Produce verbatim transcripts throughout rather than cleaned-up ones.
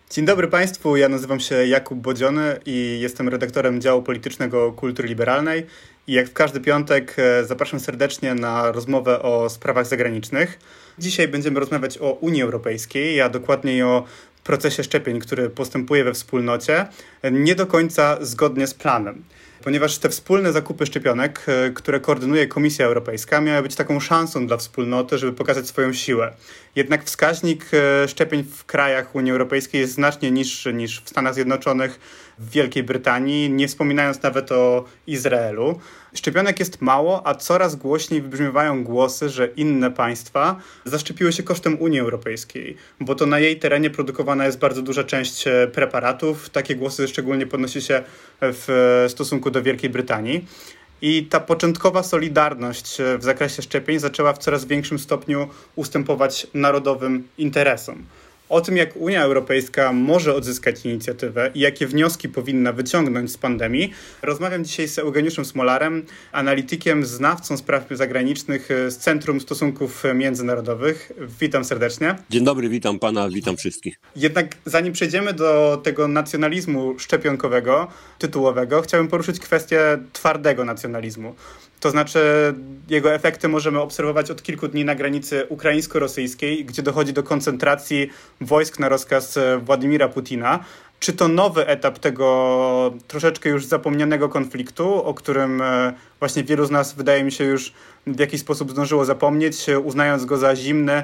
Dzień dobry Państwu, ja nazywam się Jakub Bodziony i jestem redaktorem działu politycznego Kultury Liberalnej i jak w każdy piątek zapraszam serdecznie na rozmowę o sprawach zagranicznych. Dzisiaj będziemy rozmawiać o Unii Europejskiej, a dokładniej o procesie szczepień, który postępuje we wspólnocie, nie do końca zgodnie z planem. Ponieważ te wspólne zakupy szczepionek, które koordynuje Komisja Europejska, miały być taką szansą dla wspólnoty, żeby pokazać swoją siłę. Jednak wskaźnik szczepień w krajach Unii Europejskiej jest znacznie niższy niż w Stanach Zjednoczonych, w Wielkiej Brytanii, nie wspominając nawet o Izraelu. Szczepionek jest mało, a coraz głośniej wybrzmiewają głosy, że inne państwa zaszczepiły się kosztem Unii Europejskiej, bo to na jej terenie produkowana jest bardzo duża część preparatów. Takie głosy szczególnie podnosi się w stosunku do Wielkiej Brytanii. I ta początkowa solidarność w zakresie szczepień zaczęła w coraz większym stopniu ustępować narodowym interesom. O tym, jak Unia Europejska może odzyskać inicjatywę i jakie wnioski powinna wyciągnąć z pandemii, rozmawiam dzisiaj z Eugeniuszem Smolarem, analitykiem, znawcą spraw zagranicznych z Centrum Stosunków Międzynarodowych. Witam serdecznie. Dzień dobry, witam pana, witam wszystkich. Jednak zanim przejdziemy do tego nacjonalizmu szczepionkowego, tytułowego, chciałbym poruszyć kwestię twardego nacjonalizmu. To znaczy jego efekty możemy obserwować od kilku dni na granicy ukraińsko-rosyjskiej, gdzie dochodzi do koncentracji wojsk na rozkaz Władimira Putina. Czy to nowy etap tego troszeczkę już zapomnianego konfliktu, o którym właśnie wielu z nas, wydaje mi się, już w jakiś sposób zdążyło zapomnieć, uznając go za zimny,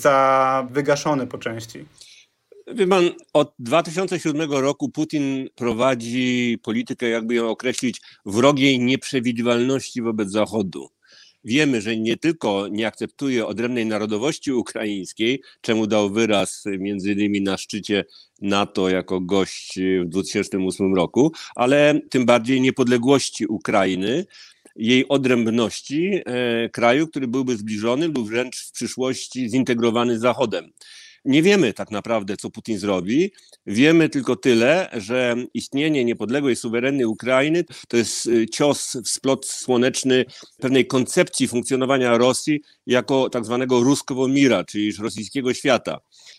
za wygaszony po części? Wie pan, od dwa tysiące siódmego roku Putin prowadzi politykę, jakby ją określić, wrogiej nieprzewidywalności wobec Zachodu. Wiemy, że nie tylko nie akceptuje odrębnej narodowości ukraińskiej, czemu dał wyraz między innymi na szczycie NATO jako gość w dwa tysiące ósmym roku, ale tym bardziej niepodległości Ukrainy, jej odrębności e, kraju, który byłby zbliżony lub wręcz w przyszłości zintegrowany z Zachodem. Nie wiemy tak naprawdę, co Putin zrobi. Wiemy tylko tyle, że istnienie niepodległej, suwerennej Ukrainy to jest cios w splot słoneczny pewnej koncepcji funkcjonowania Rosji jako tak zwanego ruskowo mira, czyli rosyjskiego świata.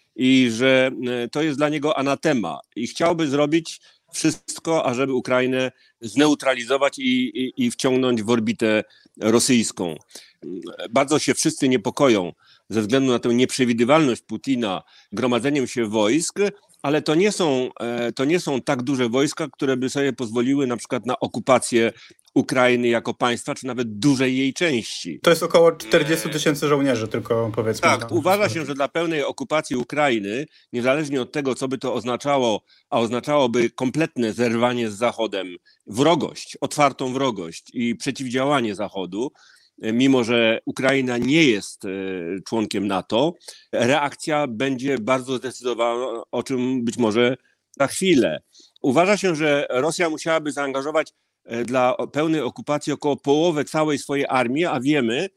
I że to jest dla niego anatema. I chciałby zrobić wszystko, ażeby Ukrainę zneutralizować i, i, i wciągnąć w orbitę rosyjską. Bardzo się wszyscy niepokoją ze względu na tę nieprzewidywalność Putina gromadzeniem się wojsk, ale to nie są, to nie są tak duże wojska, które by sobie pozwoliły na przykład na okupację Ukrainy jako państwa, czy nawet dużej jej części. To jest około czterdzieści tysięcy żołnierzy, tylko powiedzmy. Tak, uważa się, że dla pełnej okupacji Ukrainy, niezależnie od tego, co by to oznaczało, a oznaczałoby kompletne zerwanie z Zachodem, wrogość, otwartą wrogość i przeciwdziałanie Zachodu, mimo że Ukraina nie jest członkiem NATO, reakcja będzie bardzo zdecydowana, o czym być może za chwilę. Uważa się, że Rosja musiałaby zaangażować dla pełnej okupacji około połowę całej swojej armii, a wiemy,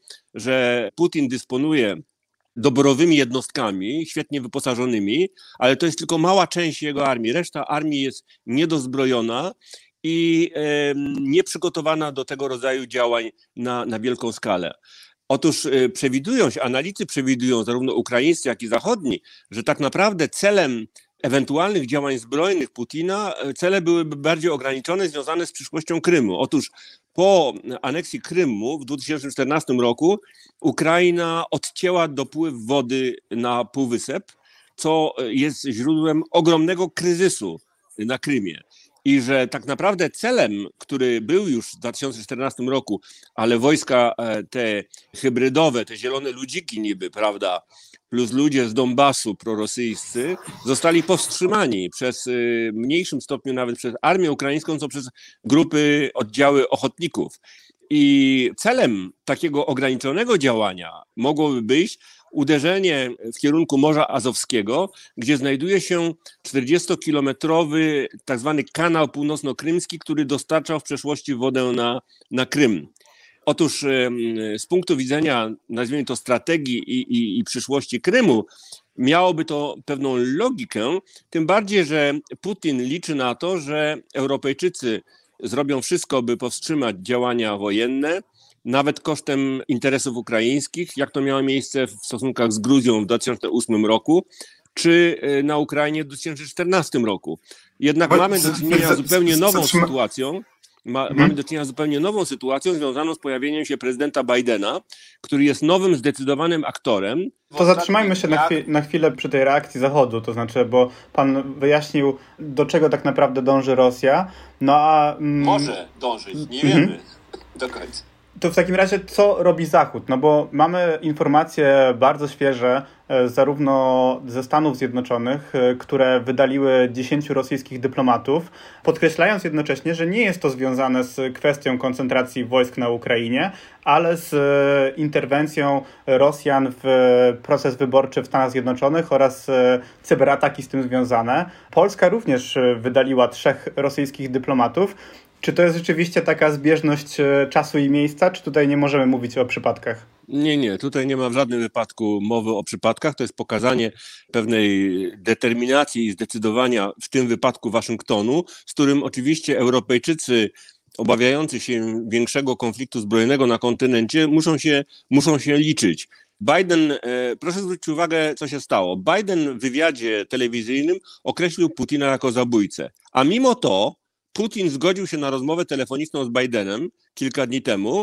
że Putin dysponuje doborowymi jednostkami, świetnie wyposażonymi, ale to jest tylko mała część jego armii. Reszta armii jest niedozbrojona i e, nieprzygotowana do tego rodzaju działań na, na wielką skalę. Otóż e, przewidują się, analitycy przewidują, zarówno ukraińscy, jak i zachodni, że tak naprawdę celem ewentualnych działań zbrojnych Putina cele byłyby bardziej ograniczone, związane z przyszłością Krymu. Otóż po aneksji Krymu w dwa tysiące czternastym roku Ukraina odcięła dopływ wody na Półwysep, co jest źródłem ogromnego kryzysu na Krymie. I że tak naprawdę celem, który był już w dwa tysiące czternastym roku, ale wojska te hybrydowe, te zielone ludziki niby, prawda, plus ludzie z Donbasu prorosyjscy zostali powstrzymani przez w mniejszym stopniu nawet przez armię ukraińską, co przez grupy, oddziały ochotników. I celem takiego ograniczonego działania mogłoby być uderzenie w kierunku Morza Azowskiego, gdzie znajduje się czterdziestokilometrowy tak zwany kanał północno-krymski, który dostarczał w przeszłości wodę na, na Krym. Otóż z punktu widzenia, nazwijmy to, strategii i, i, i przyszłości Krymu, miałoby to pewną logikę, tym bardziej, że Putin liczy na to, że Europejczycy zrobią wszystko, by powstrzymać działania wojenne, nawet kosztem interesów ukraińskich, jak to miało miejsce w stosunkach z Gruzją w dwa tysiące ósmym roku, czy na Ukrainie w dwa tysiące czternastym roku. Jednak mamy do czynienia z zupełnie nową sytuacją. Ma, mhm. Mamy do czynienia z zupełnie nową sytuacją związaną z pojawieniem się prezydenta Bidena, który jest nowym, zdecydowanym aktorem. To zatrzymajmy się na, chwi- na chwilę przy tej reakcji Zachodu, to znaczy, bo pan wyjaśnił, do czego tak naprawdę dąży Rosja. No a... Mm, Może dążyć, nie wiemy mhm. do końca. To w takim razie co robi Zachód? No bo mamy informacje bardzo świeże, zarówno ze Stanów Zjednoczonych, które wydaliły dziesięciu rosyjskich dyplomatów, podkreślając jednocześnie, że nie jest to związane z kwestią koncentracji wojsk na Ukrainie, ale z interwencją Rosjan w proces wyborczy w Stanach Zjednoczonych oraz cyberataki z tym związane. Polska również wydaliła trzech rosyjskich dyplomatów. Czy to jest rzeczywiście taka zbieżność czasu i miejsca, czy tutaj nie możemy mówić o przypadkach? Nie, nie, tutaj nie ma w żadnym wypadku mowy o przypadkach. To jest pokazanie pewnej determinacji i zdecydowania w tym wypadku Waszyngtonu, z którym oczywiście Europejczycy obawiający się większego konfliktu zbrojnego na kontynencie muszą się, muszą się liczyć. Biden, proszę zwrócić uwagę, co się stało. Biden w wywiadzie telewizyjnym określił Putina jako zabójcę, a mimo to Putin zgodził się na rozmowę telefoniczną z Bidenem kilka dni temu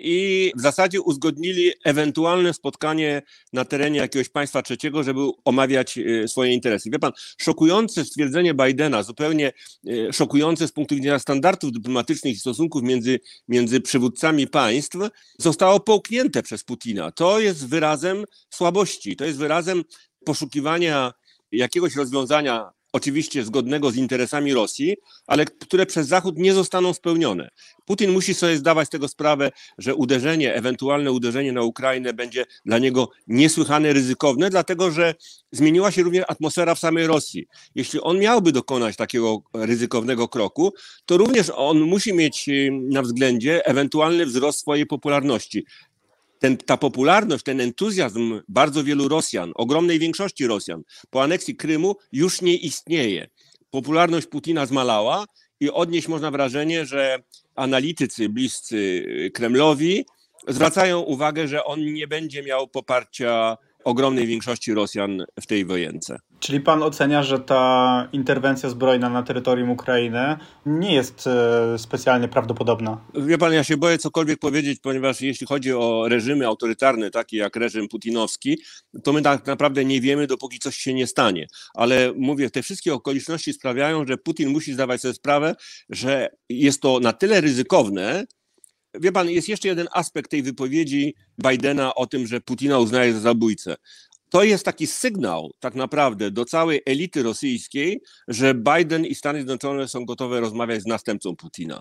i w zasadzie uzgodnili ewentualne spotkanie na terenie jakiegoś państwa trzeciego, żeby omawiać swoje interesy. Wie pan, szokujące stwierdzenie Bidena, zupełnie szokujące z punktu widzenia standardów dyplomatycznych i stosunków między, między przywódcami państw, zostało połknięte przez Putina. To jest wyrazem słabości, to jest wyrazem poszukiwania jakiegoś rozwiązania, oczywiście zgodnego z interesami Rosji, ale które przez Zachód nie zostaną spełnione. Putin musi sobie zdawać z tego sprawę, że uderzenie, ewentualne uderzenie na Ukrainę będzie dla niego niesłychanie ryzykowne, dlatego że zmieniła się również atmosfera w samej Rosji. Jeśli on miałby dokonać takiego ryzykownego kroku, to również on musi mieć na względzie ewentualny wzrost swojej popularności. Ten, ta popularność, ten entuzjazm bardzo wielu Rosjan, ogromnej większości Rosjan po aneksji Krymu już nie istnieje. Popularność Putina zmalała i odnieść można wrażenie, że analitycy bliscy Kremlowi zwracają uwagę, że on nie będzie miał poparcia ogromnej większości Rosjan w tej wojence. Czyli pan ocenia, że ta interwencja zbrojna na terytorium Ukrainy nie jest e, specjalnie prawdopodobna? Wie pan, ja się boję cokolwiek powiedzieć, ponieważ jeśli chodzi o reżimy autorytarne, takie jak reżim putinowski, to my tak naprawdę nie wiemy, dopóki coś się nie stanie. Ale mówię, te wszystkie okoliczności sprawiają, że Putin musi zdawać sobie sprawę, że jest to na tyle ryzykowne. Wie pan, jest jeszcze jeden aspekt tej wypowiedzi Bidena o tym, że Putina uznaje za zabójcę. To jest taki sygnał tak naprawdę do całej elity rosyjskiej, że Biden i Stany Zjednoczone są gotowe rozmawiać z następcą Putina.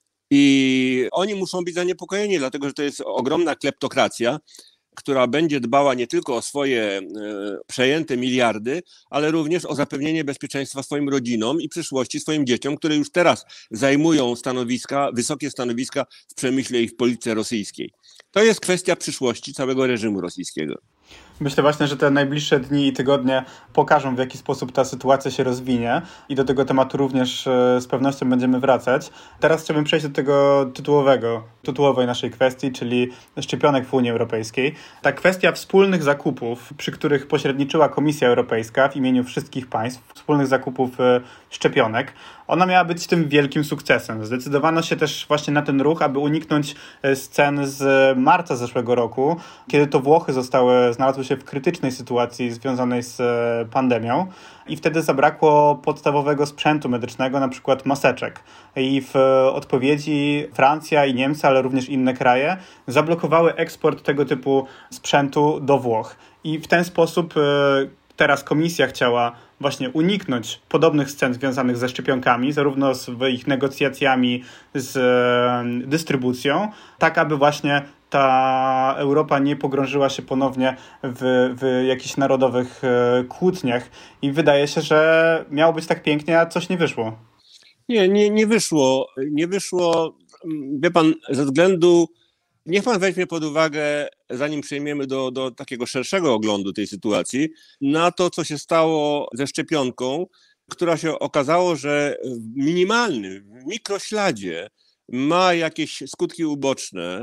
I oni muszą być zaniepokojeni, dlatego że to jest ogromna kleptokracja, która będzie dbała nie tylko o swoje e, przejęte miliardy, ale również o zapewnienie bezpieczeństwa swoim rodzinom i przyszłości swoim dzieciom, które już teraz zajmują stanowiska, wysokie stanowiska w przemyśle i w polityce rosyjskiej. To jest kwestia przyszłości całego reżimu rosyjskiego. Myślę właśnie, że te najbliższe dni i tygodnie pokażą, w jaki sposób ta sytuacja się rozwinie i do tego tematu również z pewnością będziemy wracać. Teraz chciałbym przejść do tego tytułowego, tytułowej naszej kwestii, czyli szczepionek w Unii Europejskiej. Ta kwestia wspólnych zakupów, przy których pośredniczyła Komisja Europejska w imieniu wszystkich państw, wspólnych zakupów szczepionek, ona miała być tym wielkim sukcesem. Zdecydowano się też właśnie na ten ruch, aby uniknąć scen z marca zeszłego roku, kiedy to Włochy zostały, znalazły się w krytycznej sytuacji związanej z pandemią i wtedy zabrakło podstawowego sprzętu medycznego, na przykład maseczek. I w odpowiedzi Francja i Niemcy, ale również inne kraje zablokowały eksport tego typu sprzętu do Włoch. I w ten sposób teraz Komisja chciała właśnie uniknąć podobnych scen związanych ze szczepionkami, zarówno z ich negocjacjami z dystrybucją, tak aby właśnie ta Europa nie pogrążyła się ponownie w, w jakichś narodowych kłótniach. I wydaje się, że miało być tak pięknie, a coś nie wyszło. Nie, nie, nie wyszło. Nie wyszło, wie pan, ze względu... Niech pan weźmie pod uwagę, zanim przejmiemy do, do takiego szerszego oglądu tej sytuacji, na to, co się stało ze szczepionką, która się okazało, że w minimalnym, w mikrośladzie ma jakieś skutki uboczne,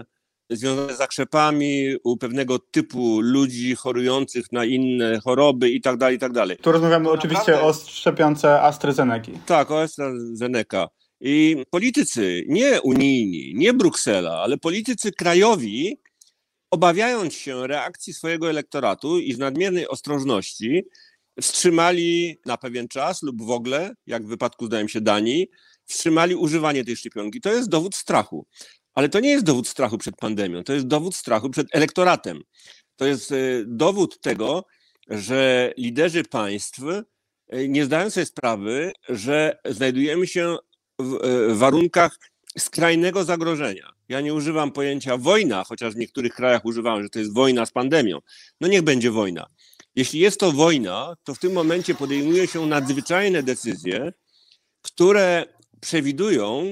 związane z zakrzepami u pewnego typu ludzi chorujących na inne choroby i tak dalej, i tak dalej. Tu rozmawiamy to oczywiście naprawdę... o szczepionce AstraZeneki. Tak, o AstraZeneca. I politycy, nie unijni, nie Bruksela, ale politycy krajowi, obawiając się reakcji swojego elektoratu i z nadmiernej ostrożności, wstrzymali na pewien czas lub w ogóle, jak w wypadku, zdaje się, Danii, wstrzymali używanie tej szczepionki. To jest dowód strachu. Ale to nie jest dowód strachu przed pandemią, to jest dowód strachu przed elektoratem. To jest dowód tego, że liderzy państw nie zdają sobie sprawy, że znajdujemy się w warunkach skrajnego zagrożenia. Ja nie używam pojęcia wojna, chociaż w niektórych krajach używam, że to jest wojna z pandemią. No niech będzie wojna. Jeśli jest to wojna, to w tym momencie podejmuje się nadzwyczajne decyzje, które przewidują,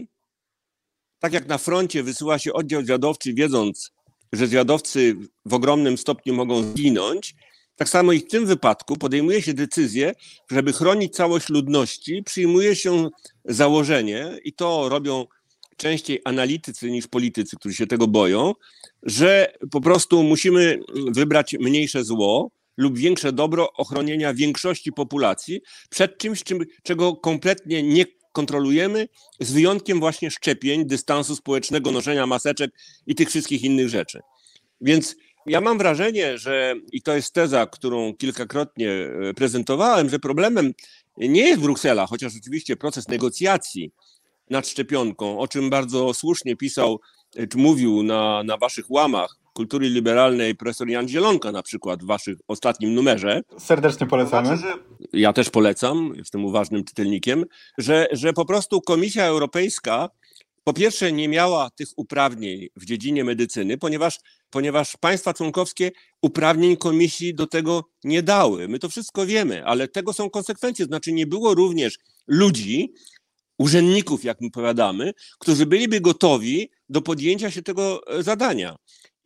tak jak na froncie wysyła się oddział zwiadowczy, wiedząc, że zwiadowcy w ogromnym stopniu mogą zginąć, tak samo i w tym wypadku podejmuje się decyzję, żeby chronić całość ludności, przyjmuje się założenie, i to robią częściej analitycy niż politycy, którzy się tego boją, że po prostu musimy wybrać mniejsze zło lub większe dobro ochronienia większości populacji przed czymś, czym, czego kompletnie nie kontrolujemy, z wyjątkiem właśnie szczepień, dystansu społecznego, noszenia maseczek i tych wszystkich innych rzeczy. Więc ja mam wrażenie, że, i to jest teza, którą kilkakrotnie prezentowałem, że problemem nie jest Bruksela, chociaż oczywiście proces negocjacji nad szczepionką, o czym bardzo słusznie pisał, czy mówił na, na waszych łamach kultury liberalnej profesor Jan Zielonka na przykład w waszym ostatnim numerze. Serdecznie polecamy. To znaczy, że... Ja też polecam, jestem uważnym czytelnikiem, że, że po prostu Komisja Europejska po pierwsze nie miała tych uprawnień w dziedzinie medycyny, ponieważ, ponieważ państwa członkowskie uprawnień komisji do tego nie dały. My to wszystko wiemy, ale tego są konsekwencje. Znaczy nie było również ludzi, urzędników, jak my powiadamy, którzy byliby gotowi do podjęcia się tego zadania.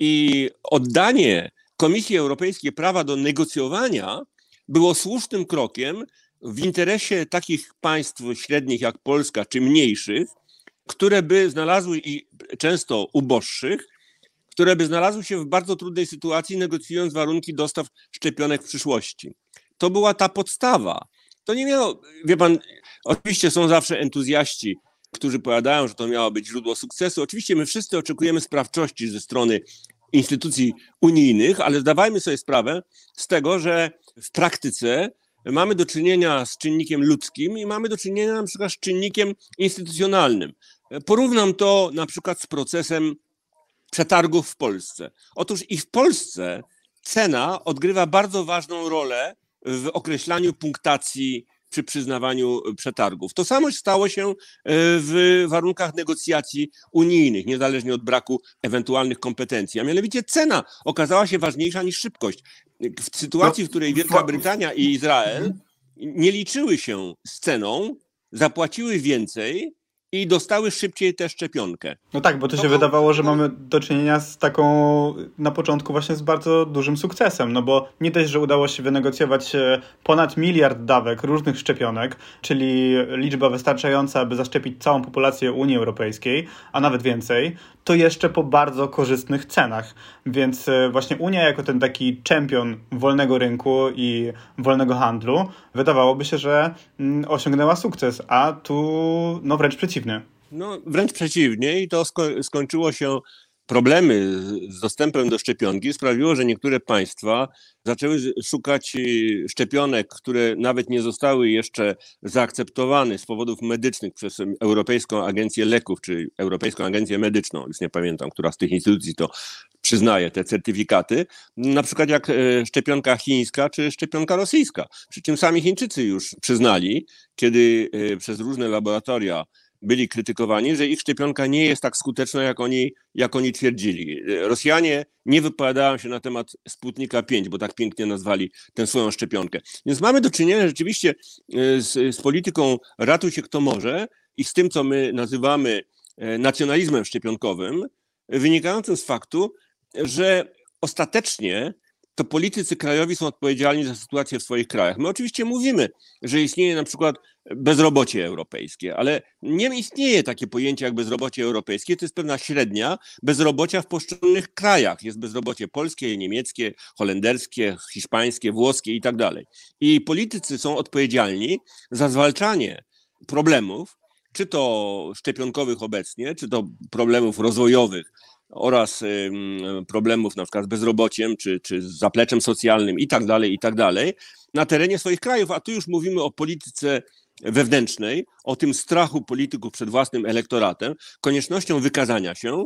I oddanie Komisji Europejskiej prawa do negocjowania było słusznym krokiem w interesie takich państw średnich jak Polska, czy mniejszych, które by znalazły, i często uboższych, które by znalazły się w bardzo trudnej sytuacji, negocjując warunki dostaw szczepionek w przyszłości. To była ta podstawa. To nie miało, wie pan, oczywiście są zawsze entuzjaści, którzy powiadają, że to miało być źródło sukcesu. Oczywiście my wszyscy oczekujemy sprawczości ze strony instytucji unijnych, ale zdawajmy sobie sprawę z tego, że w praktyce mamy do czynienia z czynnikiem ludzkim i mamy do czynienia na przykład z czynnikiem instytucjonalnym. Porównam to na przykład z procesem przetargów w Polsce. Otóż i w Polsce cena odgrywa bardzo ważną rolę w określaniu punktacji przy przyznawaniu przetargów. To samo stało się w warunkach negocjacji unijnych, niezależnie od braku ewentualnych kompetencji. A mianowicie cena okazała się ważniejsza niż szybkość. W sytuacji, w której Wielka Brytania i Izrael nie liczyły się z ceną, zapłaciły więcej i dostały szybciej tę szczepionkę. No tak, bo to, to się to... wydawało, że mamy do czynienia z taką na początku właśnie z bardzo dużym sukcesem, no bo nie dość, że udało się wynegocjować ponad miliard dawek różnych szczepionek, czyli liczba wystarczająca, aby zaszczepić całą populację Unii Europejskiej, a nawet więcej, to jeszcze po bardzo korzystnych cenach. Więc właśnie Unia jako ten taki czempion wolnego rynku i wolnego handlu wydawałoby się, że osiągnęła sukces, a tu no wręcz przeciwnie. No, wręcz przeciwnie i to sko- skończyło się, problemy z dostępem do szczepionki sprawiło, że niektóre państwa zaczęły szukać szczepionek, które nawet nie zostały jeszcze zaakceptowane z powodów medycznych przez Europejską Agencję Leków, czy Europejską Agencję Medyczną, już nie pamiętam, która z tych instytucji to przyznaje te certyfikaty, na przykład jak szczepionka chińska czy szczepionka rosyjska. Przy czym sami Chińczycy już przyznali, kiedy przez różne laboratoria byli krytykowani, że ich szczepionka nie jest tak skuteczna, jak oni, jak oni twierdzili. Rosjanie nie wypowiadają się na temat Sputnika pięć, bo tak pięknie nazwali tę swoją szczepionkę. Więc mamy do czynienia rzeczywiście z, z polityką ratuj się kto może i z tym, co my nazywamy nacjonalizmem szczepionkowym, wynikającym z faktu, że ostatecznie to politycy krajowi są odpowiedzialni za sytuację w swoich krajach. My oczywiście mówimy, że istnieje na przykład bezrobocie europejskie, ale nie istnieje takie pojęcie jak bezrobocie europejskie, to jest pewna średnia bezrobocia w poszczególnych krajach. Jest bezrobocie polskie, niemieckie, holenderskie, hiszpańskie, włoskie i tak dalej. I politycy są odpowiedzialni za zwalczanie problemów, czy to szczepionkowych obecnie, czy to problemów rozwojowych oraz problemów na przykład z bezrobociem, czy, czy z zapleczem socjalnym i tak dalej, i tak dalej, na terenie swoich krajów, a tu już mówimy o polityce wewnętrznej, o tym strachu polityków przed własnym elektoratem, koniecznością wykazania się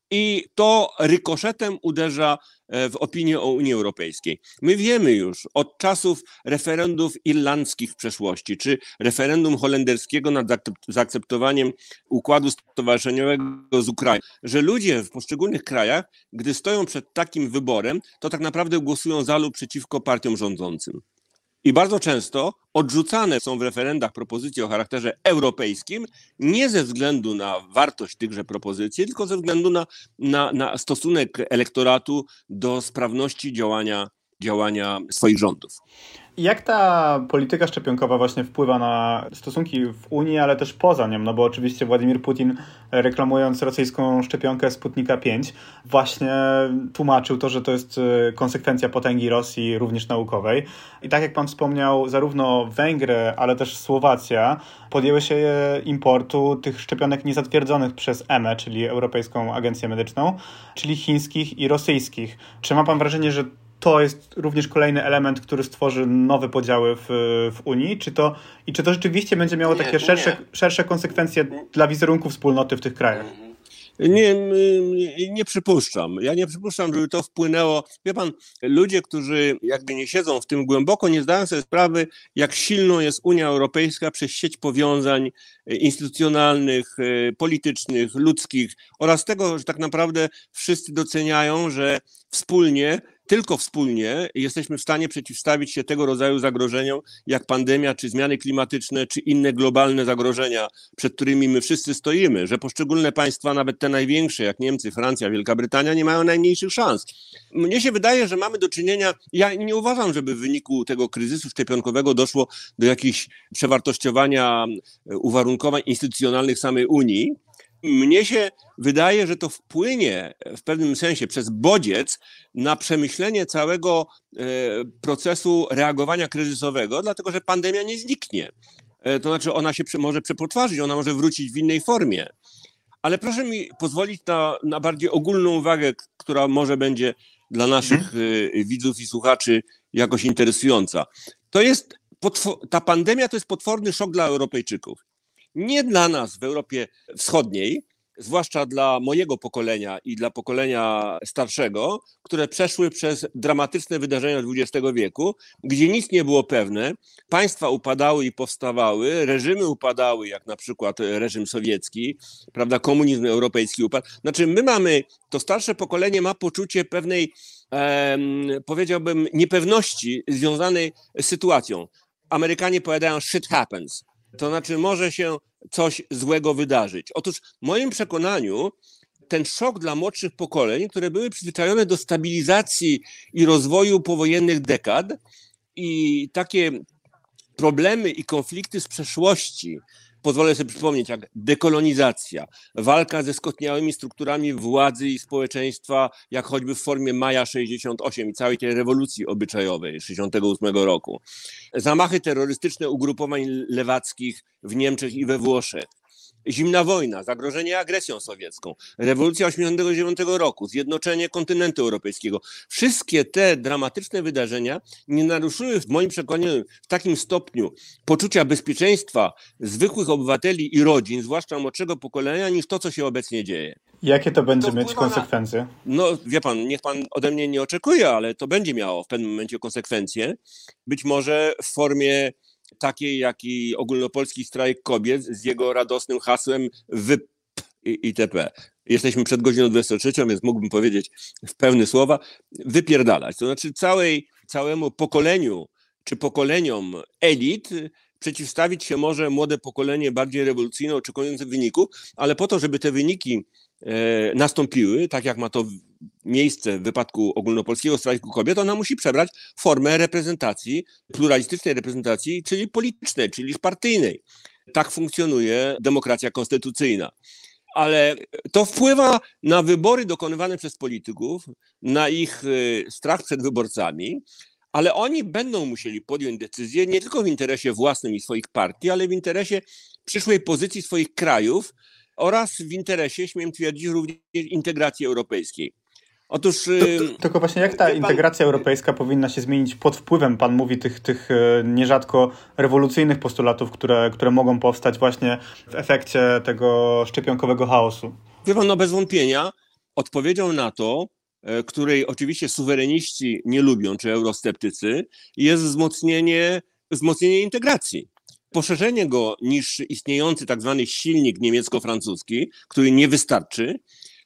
i to rykoszetem uderza w opinię o Unii Europejskiej. My wiemy już od czasów referendów irlandzkich w przeszłości, czy referendum holenderskiego nad zaakceptowaniem układu stowarzyszeniowego z Ukrainą, że ludzie w poszczególnych krajach, gdy stoją przed takim wyborem, to tak naprawdę głosują za lub przeciwko partiom rządzącym. I bardzo często odrzucane są w referendach propozycje o charakterze europejskim nie ze względu na wartość tychże propozycji, tylko ze względu na, na, na stosunek elektoratu do sprawności działania, działania swoich rządów. Jak ta polityka szczepionkowa właśnie wpływa na stosunki w Unii, ale też poza nią? No bo oczywiście Władimir Putin, reklamując rosyjską szczepionkę Sputnika pięć, właśnie tłumaczył to, że to jest konsekwencja potęgi Rosji, również naukowej. I tak jak pan wspomniał, zarówno Węgry, ale też Słowacja podjęły się importu tych szczepionek niezatwierdzonych przez E M E, czyli Europejską Agencję Medyczną, czyli chińskich i rosyjskich. Czy ma pan wrażenie, że to jest również kolejny element, który stworzy nowe podziały w, w Unii? Czy to, I czy to rzeczywiście będzie miało takie szersze, szersze konsekwencje dla wizerunku wspólnoty w tych krajach? Nie, nie, nie przypuszczam. Ja nie przypuszczam, żeby to wpłynęło. Wie pan, ludzie, którzy jakby nie siedzą w tym głęboko, nie zdają sobie sprawy, jak silną jest Unia Europejska przez sieć powiązań instytucjonalnych, politycznych, ludzkich oraz tego, że tak naprawdę wszyscy doceniają, że wspólnie, tylko wspólnie jesteśmy w stanie przeciwstawić się tego rodzaju zagrożeniom, jak pandemia, czy zmiany klimatyczne, czy inne globalne zagrożenia, przed którymi my wszyscy stoimy, że poszczególne państwa, nawet te największe, jak Niemcy, Francja, Wielka Brytania, nie mają najmniejszych szans. Mnie się wydaje, że mamy do czynienia, ja nie uważam, żeby w wyniku tego kryzysu szczepionkowego doszło do jakichś przewartościowania uwarunkowań instytucjonalnych samej Unii. Mnie się wydaje, że to wpłynie w pewnym sensie przez bodziec na przemyślenie całego procesu reagowania kryzysowego, dlatego że pandemia nie zniknie. To znaczy ona się może przepotwarzyć, ona może wrócić w innej formie. Ale proszę mi pozwolić na, na bardziej ogólną uwagę, która może będzie dla naszych hmm. widzów i słuchaczy jakoś interesująca. To jest, ta pandemia to jest potworny szok dla Europejczyków. Nie dla nas w Europie Wschodniej, zwłaszcza dla mojego pokolenia i dla pokolenia starszego, które przeszły przez dramatyczne wydarzenia dwudziestego wieku, gdzie nic nie było pewne, państwa upadały i powstawały, reżimy upadały, jak na przykład reżim sowiecki, prawda, komunizm europejski upadł. Znaczy my mamy, to starsze pokolenie ma poczucie pewnej, e, powiedziałbym, niepewności związanej z sytuacją. Amerykanie powiadają shit happens. To znaczy może się coś złego wydarzyć. Otóż w moim przekonaniu ten szok dla młodszych pokoleń, które były przyzwyczajone do stabilizacji i rozwoju powojennych dekad i takie problemy i konflikty z przeszłości, pozwolę sobie przypomnieć, jak dekolonizacja, walka ze skostniałymi strukturami władzy i społeczeństwa, jak choćby w formie Maja sześćdziesiąt osiem i całej tej rewolucji obyczajowej sześćdziesiątego ósmego roku. Zamachy terrorystyczne ugrupowań lewackich w Niemczech i we Włoszech. Zimna wojna, zagrożenie agresją sowiecką, rewolucja osiemdziesiątego dziewiątego roku, zjednoczenie kontynentu europejskiego. Wszystkie te dramatyczne wydarzenia nie naruszyły w moim przekonaniu w takim stopniu poczucia bezpieczeństwa zwykłych obywateli i rodzin, zwłaszcza młodszego pokolenia, niż to, co się obecnie dzieje. Jakie to będzie to mieć konsekwencje? Na... No wie pan, niech pan ode mnie nie oczekuje, ale to będzie miało w pewnym momencie konsekwencje. Być może w formie takiej, jak i ogólnopolski strajk kobiet z jego radosnym hasłem wy itp. Jesteśmy przed godziną dwudziestą trzecią, więc mógłbym powiedzieć w pełne słowa, wypierdalać. To znaczy całej, całemu pokoleniu czy pokoleniom elit przeciwstawić się może młode pokolenie bardziej rewolucyjne, oczekujące wyników, ale po to, żeby te wyniki e, nastąpiły, tak jak ma to miejsce w wypadku ogólnopolskiego strajku kobiet, ona musi przebrać formę reprezentacji, pluralistycznej reprezentacji, czyli politycznej, czyli partyjnej. Tak funkcjonuje demokracja konstytucyjna. Ale to wpływa na wybory dokonywane przez polityków, na ich strach przed wyborcami, ale oni będą musieli podjąć decyzję nie tylko w interesie własnym i swoich partii, ale w interesie przyszłej pozycji swoich krajów oraz w interesie, śmiem twierdzić, również integracji europejskiej. Otóż... To, tylko właśnie jak ta integracja europejska powinna się zmienić pod wpływem, pan mówi, tych, tych nierzadko rewolucyjnych postulatów, które, które mogą powstać właśnie w efekcie tego szczepionkowego chaosu? Wie pan, no bez wątpienia odpowiedzią na to, której oczywiście suwereniści nie lubią, czy eurosceptycy, jest wzmocnienie, wzmocnienie integracji. Poszerzenie go niż istniejący tak zwany silnik niemiecko-francuski, który nie wystarczy,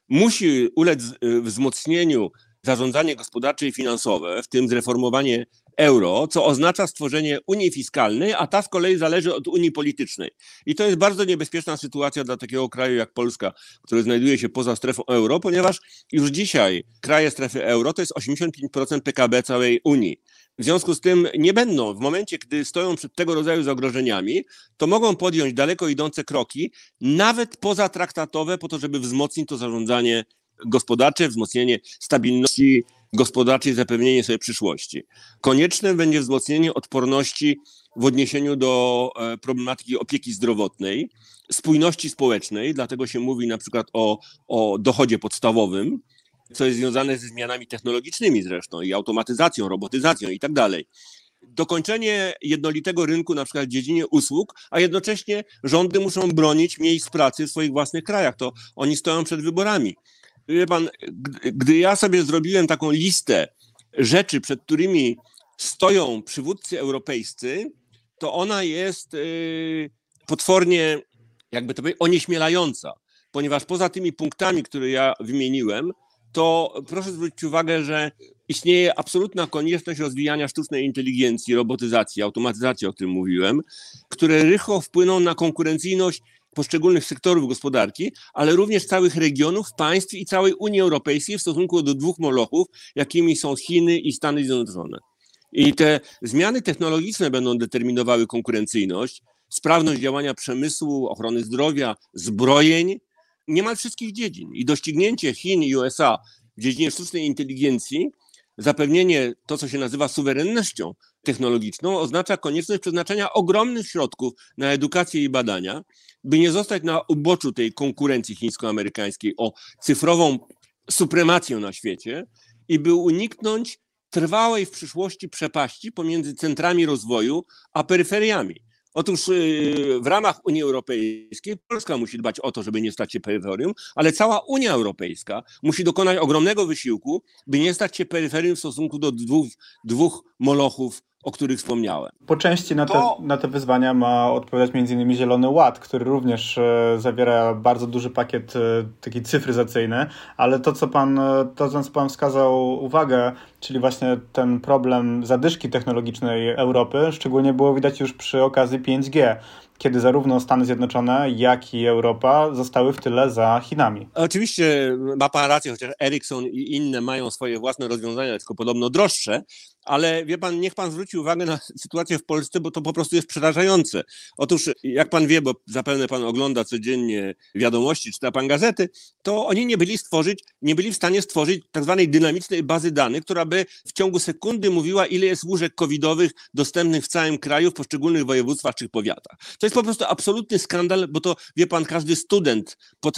musi ulec wzmocnieniu zarządzanie gospodarcze i finansowe, w tym zreformowanie euro, co oznacza stworzenie Unii Fiskalnej, a ta z kolei zależy od Unii Politycznej. I to jest bardzo niebezpieczna sytuacja dla takiego kraju jak Polska, który znajduje się poza strefą euro, ponieważ już dzisiaj kraje strefy euro to jest osiemdziesiąt pięć procent P K B całej Unii. W związku z tym nie będą, w momencie, gdy stoją przed tego rodzaju zagrożeniami, to mogą podjąć daleko idące kroki, nawet pozatraktatowe, po to, żeby wzmocnić to zarządzanie gospodarcze, wzmocnienie stabilności gospodarczej, zapewnienie sobie przyszłości. Konieczne będzie wzmocnienie odporności w odniesieniu do problematyki opieki zdrowotnej, spójności społecznej, dlatego się mówi na przykład o, o dochodzie podstawowym, co jest związane ze zmianami technologicznymi zresztą i automatyzacją, robotyzacją i tak dalej. Dokończenie jednolitego rynku na przykład w dziedzinie usług, a jednocześnie rządy muszą bronić miejsc pracy w swoich własnych krajach. To oni stoją przed wyborami. Wie pan, gdy ja sobie zrobiłem taką listę rzeczy, przed którymi stoją przywódcy europejscy, to ona jest yy, potwornie, jakby to powiedzieć, onieśmielająca, ponieważ poza tymi punktami, które ja wymieniłem, to proszę zwrócić uwagę, że istnieje absolutna konieczność rozwijania sztucznej inteligencji, robotyzacji, automatyzacji, o którym mówiłem, które rychło wpłyną na konkurencyjność poszczególnych sektorów gospodarki, ale również całych regionów, państw i całej Unii Europejskiej w stosunku do dwóch molochów, jakimi są Chiny i Stany Zjednoczone. I te zmiany technologiczne będą determinowały konkurencyjność, sprawność działania przemysłu, ochrony zdrowia, zbrojeń, niemal wszystkich dziedzin. I doścignięcie Chin i U S A w dziedzinie sztucznej inteligencji, zapewnienie to, co się nazywa suwerennością technologiczną, oznacza konieczność przeznaczenia ogromnych środków na edukację i badania, by nie zostać na uboczu tej konkurencji chińsko-amerykańskiej o cyfrową supremację na świecie i by uniknąć trwałej w przyszłości przepaści pomiędzy centrami rozwoju a peryferiami. Otóż w ramach Unii Europejskiej Polska musi dbać o to, żeby nie stać się peryferium, ale cała Unia Europejska musi dokonać ogromnego wysiłku, by nie stać się peryferium w stosunku do dwóch, dwóch molochów, o których wspomniałem. Po części na te, to... na te wyzwania ma odpowiadać między innymi Zielony Ład, który również e, zawiera bardzo duży pakiet e, taki cyfryzacyjny, ale to co pan, to, co pan wskazał uwagę, czyli właśnie ten problem zadyszki technologicznej Europy, szczególnie było widać już przy okazji pięć G, kiedy zarówno Stany Zjednoczone, jak i Europa zostały w tyle za Chinami. Oczywiście ma pan rację, chociaż Ericsson i inne mają swoje własne rozwiązania, tylko podobno droższe, ale wie pan, niech pan zwróci uwagę na sytuację w Polsce, bo to po prostu jest przerażające. Otóż, jak pan wie, bo zapewne pan ogląda codziennie wiadomości, czyta pan gazety, to oni nie byli stworzyć, nie byli w stanie stworzyć tak zwanej dynamicznej bazy danych, która by w ciągu sekundy mówiła, ile jest łóżek covidowych dostępnych w całym kraju, w poszczególnych województwach czy powiatach. To jest po prostu absolutny skandal, bo to, wie pan, każdy student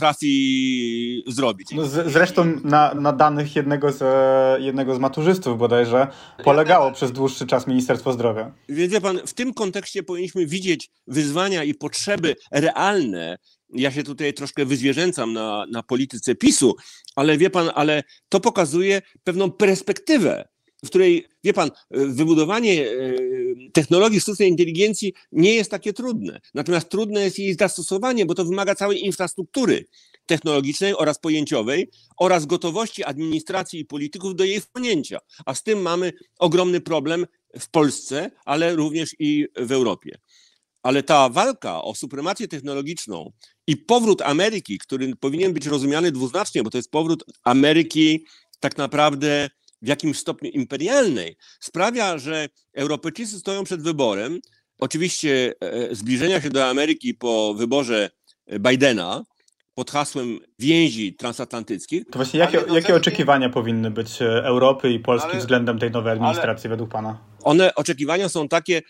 potrafi zrobić. No z, zresztą na, na danych jednego z, jednego z maturzystów bodajże polegało przez dłuższy czas Ministerstwo Zdrowia. Więc wie pan, w tym kontekście powinniśmy widzieć wyzwania i potrzeby realne. Ja się tutaj troszkę wyzwierzęcam na, na polityce PiSu, ale wie pan, ale to pokazuje pewną perspektywę, w której, wie pan, wybudowanie technologii sztucznej inteligencji nie jest takie trudne. Natomiast trudne jest jej zastosowanie, bo to wymaga całej infrastruktury technologicznej oraz pojęciowej oraz gotowości administracji i polityków do jej wchłonięcia. A z tym mamy ogromny problem w Polsce, ale również i w Europie. Ale ta walka o supremację technologiczną i powrót Ameryki, który powinien być rozumiany dwuznacznie, bo to jest powrót Ameryki tak naprawdę w jakimś stopniu imperialnej, sprawia, że Europejczycy stoją przed wyborem, oczywiście zbliżenia się do Ameryki po wyborze Bidena, pod hasłem więzi transatlantyckich. To właśnie jakie, jakie oczekiwania powinny być Europy i Polski ale, względem tej nowej administracji według pana? One, oczekiwania są takie,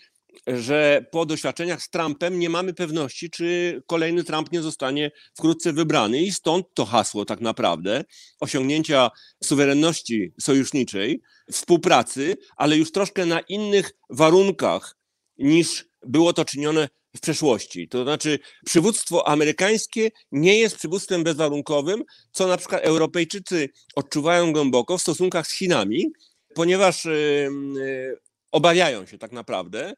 że po doświadczeniach z Trumpem nie mamy pewności, czy kolejny Trump nie zostanie wkrótce wybrany i stąd to hasło tak naprawdę osiągnięcia suwerenności sojuszniczej, współpracy, ale już troszkę na innych warunkach niż było to czynione w przeszłości. To znaczy przywództwo amerykańskie nie jest przywództwem bezwarunkowym, co na przykład Europejczycy odczuwają głęboko w stosunkach z Chinami, ponieważ yy, yy, obawiają się tak naprawdę,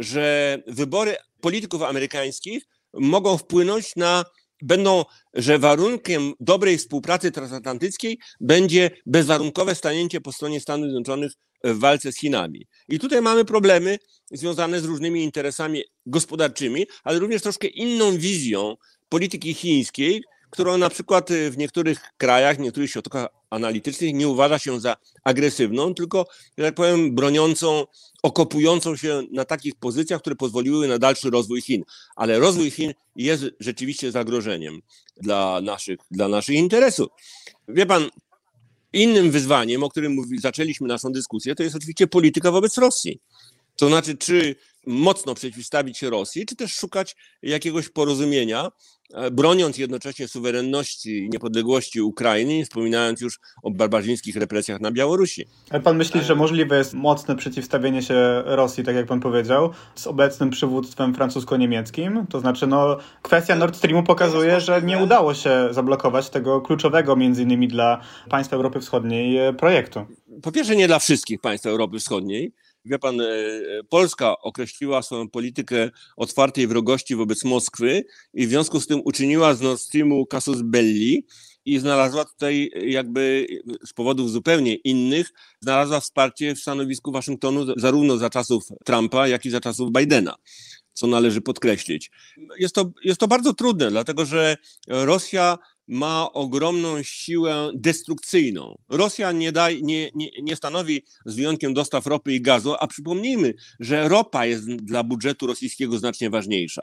że wybory polityków amerykańskich mogą wpłynąć na, będą, że warunkiem dobrej współpracy transatlantyckiej będzie bezwarunkowe stanięcie po stronie Stanów Zjednoczonych w walce z Chinami. I tutaj mamy problemy związane z różnymi interesami gospodarczymi, ale również troszkę inną wizją polityki chińskiej, którą na przykład w niektórych krajach, w niektórych środowiskach analitycznych nie uważa się za agresywną, tylko, że tak powiem, broniącą, okopującą się na takich pozycjach, które pozwoliły na dalszy rozwój Chin. Ale rozwój Chin jest rzeczywiście zagrożeniem dla naszych, dla naszych interesów. Wie pan, innym wyzwaniem, o którym mówi, zaczęliśmy naszą dyskusję, to jest oczywiście polityka wobec Rosji. To znaczy, czy mocno przeciwstawić się Rosji, czy też szukać jakiegoś porozumienia, broniąc jednocześnie suwerenności i niepodległości Ukrainy, nie wspominając już o barbarzyńskich represjach na Białorusi. Ale pan myśli, że możliwe jest mocne przeciwstawienie się Rosji, tak jak pan powiedział, z obecnym przywództwem francusko-niemieckim? To znaczy, no, kwestia Nord Streamu pokazuje, że nie udało się zablokować tego kluczowego między innymi dla państw Europy Wschodniej projektu. Po pierwsze, nie dla wszystkich państw Europy Wschodniej. Wie pan, Polska określiła swoją politykę otwartej wrogości wobec Moskwy i w związku z tym uczyniła z Nord Streamu casus belli i znalazła tutaj jakby z powodów zupełnie innych, znalazła wsparcie w stanowisku Waszyngtonu zarówno za czasów Trumpa, jak i za czasów Bidena, co należy podkreślić. Jest to, jest to bardzo trudne, dlatego że Rosja ma ogromną siłę destrukcyjną. Rosja nie, da, nie, nie, nie stanowi, z wyjątkiem dostaw ropy i gazu, a przypomnijmy, że ropa jest dla budżetu rosyjskiego znacznie ważniejsza.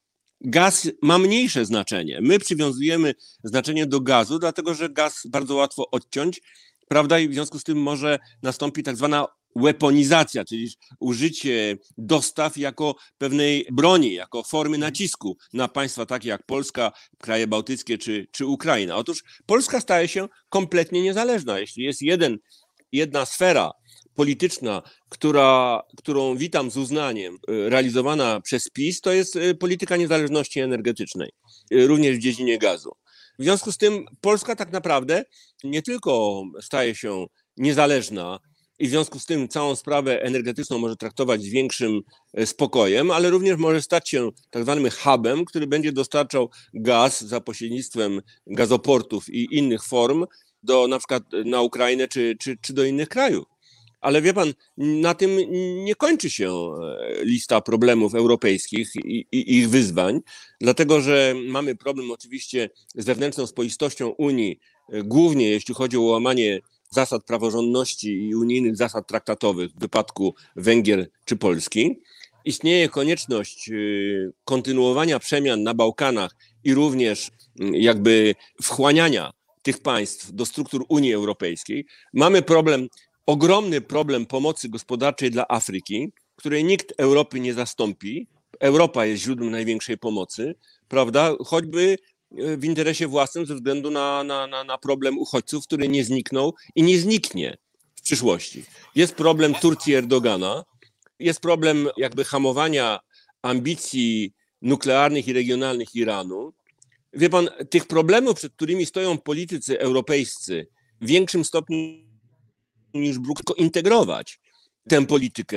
Gaz ma mniejsze znaczenie. My przywiązujemy znaczenie do gazu, dlatego że gaz bardzo łatwo odciąć, prawda, i w związku z tym może nastąpić tak zwana weaponizacja, czyli użycie dostaw jako pewnej broni, jako formy nacisku na państwa takie jak Polska, kraje bałtyckie czy, czy Ukraina. Otóż Polska staje się kompletnie niezależna. Jeśli jest jeden, jedna sfera polityczna, która, którą witam z uznaniem, realizowana przez PiS, to jest polityka niezależności energetycznej, również w dziedzinie gazu. W związku z tym Polska tak naprawdę nie tylko staje się niezależna i w związku z tym całą sprawę energetyczną może traktować z większym spokojem, ale również może stać się tak zwanym hubem, który będzie dostarczał gaz za pośrednictwem gazoportów i innych form do na przykład na Ukrainę czy, czy, czy do innych krajów. Ale wie pan, na tym nie kończy się lista problemów europejskich i, i ich wyzwań, dlatego że mamy problem oczywiście z wewnętrzną spoistością Unii, głównie jeśli chodzi o łamanie zasad praworządności i unijnych zasad traktatowych w wypadku Węgier czy Polski. Istnieje konieczność kontynuowania przemian na Bałkanach i również jakby wchłaniania tych państw do struktur Unii Europejskiej. Mamy problem, ogromny problem pomocy gospodarczej dla Afryki, której nikt Europy nie zastąpi. Europa jest źródłem największej pomocy, prawda? Choćby w interesie własnym ze względu na, na, na, na problem uchodźców, który nie zniknął i nie zniknie w przyszłości. Jest problem Turcji Erdogana, jest problem jakby hamowania ambicji nuklearnych i regionalnych Iranu. Wie pan, tych problemów, przed którymi stoją politycy europejscy w większym stopniu niż Bruk, tylko integrować tę politykę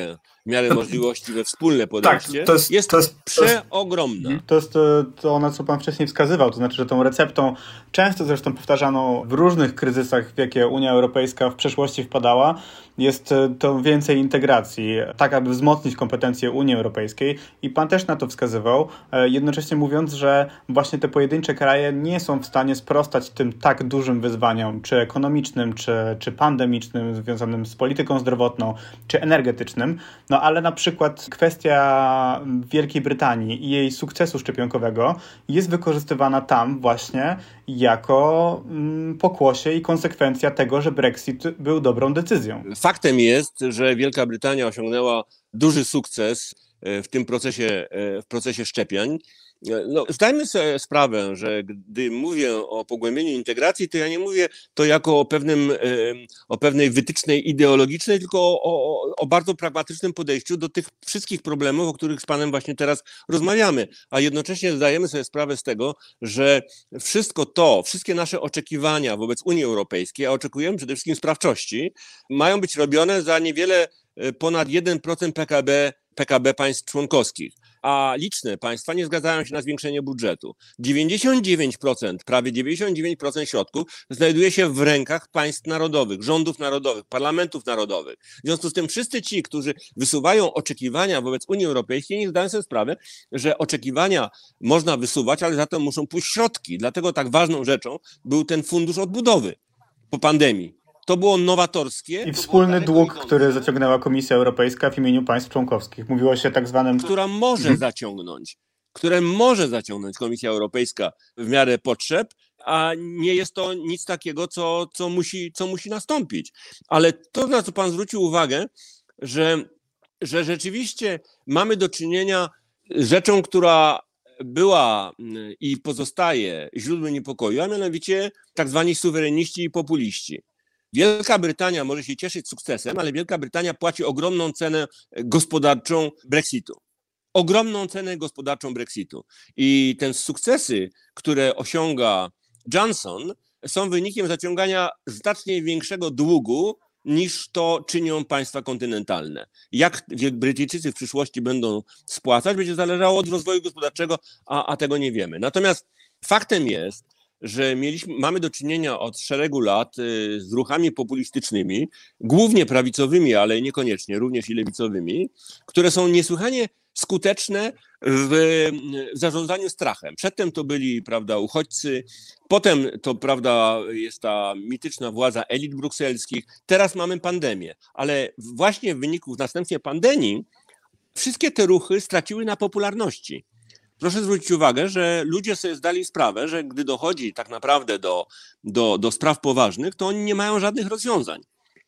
w miarę możliwości we wspólne podejście, tak, to jest, jest, to jest przeogromna. To jest to, to, na co pan wcześniej wskazywał, to znaczy, że tą receptą, często zresztą powtarzaną w różnych kryzysach, w jakie Unia Europejska w przeszłości wpadała, jest to więcej integracji, tak aby wzmocnić kompetencje Unii Europejskiej i pan też na to wskazywał, jednocześnie mówiąc, że właśnie te pojedyncze kraje nie są w stanie sprostać tym tak dużym wyzwaniom, czy ekonomicznym, czy, czy pandemicznym, związanym z polityką zdrowotną, czy energetycznym, no ale na przykład kwestia Wielkiej Brytanii i jej sukcesu szczepionkowego jest wykorzystywana tam właśnie jako mm, pokłosie i konsekwencja tego, że Brexit był dobrą decyzją. Faktem jest, że Wielka Brytania osiągnęła duży sukces w tym procesie, w procesie szczepień. No, zdajmy sobie sprawę, że gdy mówię o pogłębieniu integracji, to ja nie mówię to jako o, pewnym, o pewnej wytycznej ideologicznej, tylko o, o, o bardzo pragmatycznym podejściu do tych wszystkich problemów, o których z panem właśnie teraz rozmawiamy. A jednocześnie zdajemy sobie sprawę z tego, że wszystko to, wszystkie nasze oczekiwania wobec Unii Europejskiej, a oczekujemy przede wszystkim sprawczości, mają być robione za niewiele ponad jeden procent P K B, P K B państw członkowskich. A liczne państwa nie zgadzają się na zwiększenie budżetu. dziewięćdziesiąt dziewięć procent, prawie dziewięćdziesiąt dziewięć procent środków znajduje się w rękach państw narodowych, rządów narodowych, parlamentów narodowych. W związku z tym wszyscy ci, którzy wysuwają oczekiwania wobec Unii Europejskiej, nie zdają sobie sprawy, że oczekiwania można wysuwać, ale za to muszą pójść środki. Dlatego tak ważną rzeczą był ten fundusz odbudowy po pandemii. To było nowatorskie. I wspólny dług, który zaciągnęła Komisja Europejska w imieniu państw członkowskich. Mówiło się tak zwanym... Która może mhm. zaciągnąć, które może zaciągnąć Komisja Europejska w miarę potrzeb, a nie jest to nic takiego, co, co, musi, co musi nastąpić. Ale to, na co pan zwrócił uwagę, że, że rzeczywiście mamy do czynienia z rzeczą, która była i pozostaje źródłem niepokoju, a mianowicie tak zwani suwereniści i populiści. Wielka Brytania może się cieszyć sukcesem, ale Wielka Brytania płaci ogromną cenę gospodarczą Brexitu. Ogromną cenę gospodarczą Brexitu. I te sukcesy, które osiąga Johnson, są wynikiem zaciągania znacznie większego długu, niż to czynią państwa kontynentalne. Jak Brytyjczycy w przyszłości będą spłacać, będzie zależało od rozwoju gospodarczego, a, a tego nie wiemy. Natomiast faktem jest, że mieliśmy, mamy do czynienia od szeregu lat y, z ruchami populistycznymi, głównie prawicowymi, ale niekoniecznie, również i lewicowymi, które są niesłychanie skuteczne w, w zarządzaniu strachem. Przedtem to byli, prawda, uchodźcy, potem to, prawda, jest ta mityczna władza elit brukselskich, teraz mamy pandemię, ale właśnie w wyniku w następstwie pandemii wszystkie te ruchy straciły na popularności. Proszę zwrócić uwagę, że ludzie sobie zdali sprawę, że gdy dochodzi tak naprawdę do, do, do spraw poważnych, to oni nie mają żadnych rozwiązań.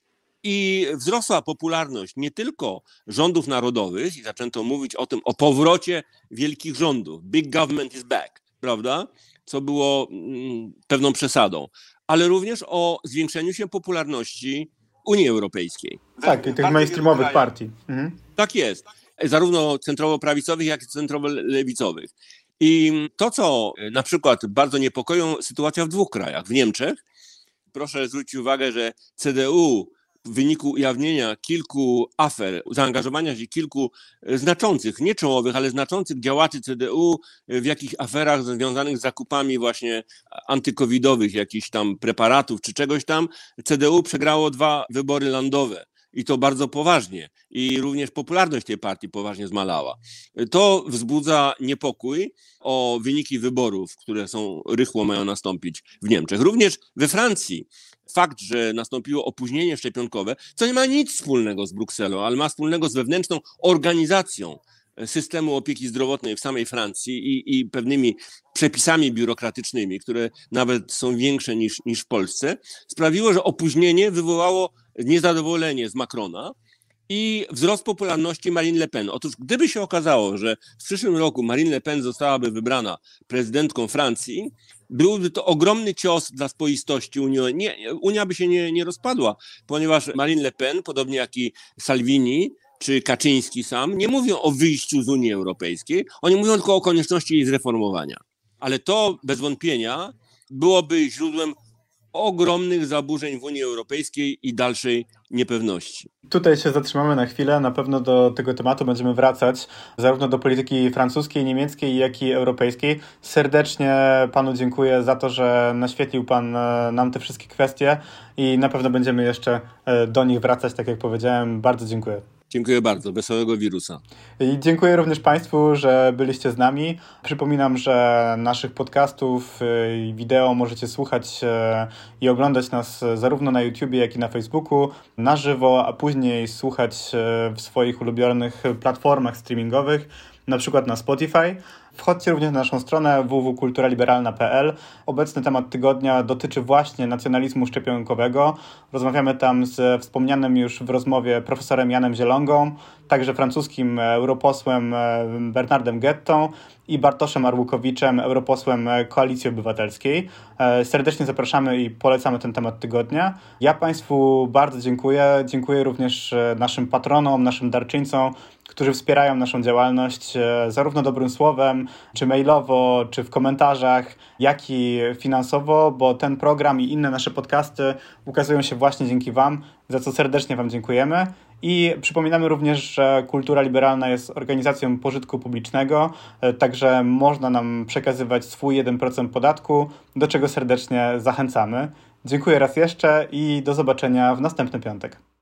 I wzrosła popularność nie tylko rządów narodowych i zaczęto mówić o tym, o powrocie wielkich rządów. Big government is back, prawda? Co było mm, pewną przesadą, ale również o zwiększeniu się popularności Unii Europejskiej. Tak, i tych mainstreamowych partii. Mhm. Tak jest. Zarówno centrowo-prawicowych, jak i centrowo-lewicowych. I to, co na przykład bardzo niepokoją, sytuacja w dwóch krajach. W Niemczech, proszę zwrócić uwagę, że C D U w wyniku ujawnienia kilku afer, zaangażowania się kilku znaczących, nie czołowych, ale znaczących działaczy C D U w jakichś aferach związanych z zakupami właśnie antykowidowych, jakichś tam preparatów czy czegoś tam, C D U przegrało dwa wybory landowe. I to bardzo poważnie. I również popularność tej partii poważnie zmalała. To wzbudza niepokój o wyniki wyborów, które są rychło mają nastąpić w Niemczech. Również we Francji fakt, że nastąpiło opóźnienie szczepionkowe, co nie ma nic wspólnego z Brukselą, ale ma wspólnego z wewnętrzną organizacją systemu opieki zdrowotnej w samej Francji i, i pewnymi przepisami biurokratycznymi, które nawet są większe niż, niż w Polsce, sprawiło, że opóźnienie wywołało niezadowolenie z Macrona i wzrost popularności Marine Le Pen. Otóż gdyby się okazało, że w przyszłym roku Marine Le Pen zostałaby wybrana prezydentką Francji, byłby to ogromny cios dla spoistości Unii. Nie, Unia by się nie, nie rozpadła, ponieważ Marine Le Pen, podobnie jak i Salvini, czy Kaczyński sam, nie mówią o wyjściu z Unii Europejskiej, oni mówią tylko o konieczności jej zreformowania. Ale to bez wątpienia byłoby źródłem ogromnych zaburzeń w Unii Europejskiej i dalszej niepewności. Tutaj się zatrzymamy na chwilę. Na pewno do tego tematu będziemy wracać, zarówno do polityki francuskiej, niemieckiej, jak i europejskiej. Serdecznie panu dziękuję za to, że naświetlił pan nam te wszystkie kwestie i na pewno będziemy jeszcze do nich wracać, tak jak powiedziałem. Bardzo dziękuję. Dziękuję bardzo. Wesołego wirusa. I dziękuję również Państwu, że byliście z nami. Przypominam, że naszych podcastów i wideo możecie słuchać i oglądać nas zarówno na YouTubie, jak i na Facebooku na żywo, a później słuchać w swoich ulubionych platformach streamingowych, na przykład na Spotify. Wchodźcie również na naszą stronę w w w kropka kultura liberalna kropka p l. Obecny temat tygodnia dotyczy właśnie nacjonalizmu szczepionkowego. Rozmawiamy tam z wspomnianym już w rozmowie profesorem Janem Zielongą, także francuskim europosłem Bernardem Guettą i Bartoszem Arłukowiczem, europosłem Koalicji Obywatelskiej. Serdecznie zapraszamy i polecamy ten temat tygodnia. Ja Państwu bardzo dziękuję. Dziękuję również naszym patronom, naszym darczyńcom, którzy wspierają naszą działalność zarówno dobrym słowem, czy mailowo, czy w komentarzach, jak i finansowo, bo ten program i inne nasze podcasty ukazują się właśnie dzięki Wam, za co serdecznie Wam dziękujemy. I przypominamy również, że Kultura Liberalna jest organizacją pożytku publicznego, także można nam przekazywać swój jeden procent podatku, do czego serdecznie zachęcamy. Dziękuję raz jeszcze i do zobaczenia w następny piątek.